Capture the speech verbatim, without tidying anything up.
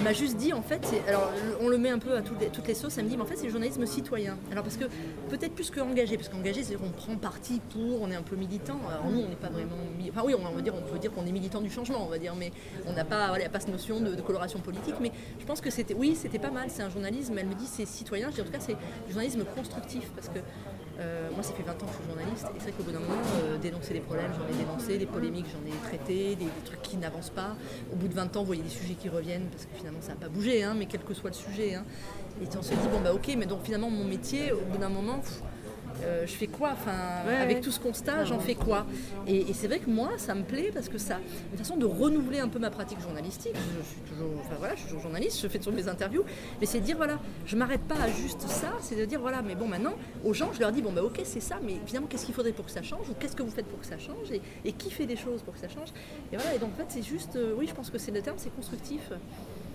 m'a juste dit en fait, alors on le met un peu à toutes les, toutes les sauces, elle me dit mais en fait c'est le journalisme citoyen. Alors parce que peut-être plus que engagé, parce qu'engagé c'est qu'on prend parti pour, on est un peu militant. Alors nous on n'est pas vraiment, enfin oui on va dire, on peut dire qu'on est militant du changement, on va dire, mais on n'a pas, voilà, y a pas cette notion de, de coloration politique. Mais je pense que c'était, oui c'était pas mal, c'est un journalisme. Elle me dit c'est citoyen, je dis en tout cas c'est du journalisme constructif parce que Euh, moi, ça fait vingt ans que je suis journaliste et c'est vrai qu'au bout d'un moment, euh, dénoncer des problèmes, j'en ai dénoncé, des polémiques, j'en ai traité, des, des trucs qui n'avancent pas. Au bout de vingt ans, vous voyez des sujets qui reviennent parce que finalement, ça n'a pas bougé, hein, mais quel que soit le sujet. Hein. Et on se dit, bon, bah ok, mais donc finalement, mon métier, au bout d'un moment, pff, euh, je fais quoi enfin, ouais, avec ouais. tout ce constat, j'en fais quoi Et, et c'est vrai que moi, ça me plaît parce que ça, une façon de renouveler un peu ma pratique journalistique. Je, je suis toujours, enfin voilà, je suis toujours journaliste, je fais toujours mes interviews, mais c'est de dire voilà, je m'arrête pas à juste ça, c'est de dire voilà, mais bon maintenant, aux gens, je leur dis bon bah ok c'est ça, mais finalement qu'est-ce qu'il faudrait pour que ça change ou qu'est-ce que vous faites pour que ça change et, et qui fait des choses pour que ça change Et voilà, et donc en fait c'est juste, euh, oui je pense que c'est le terme, c'est constructif.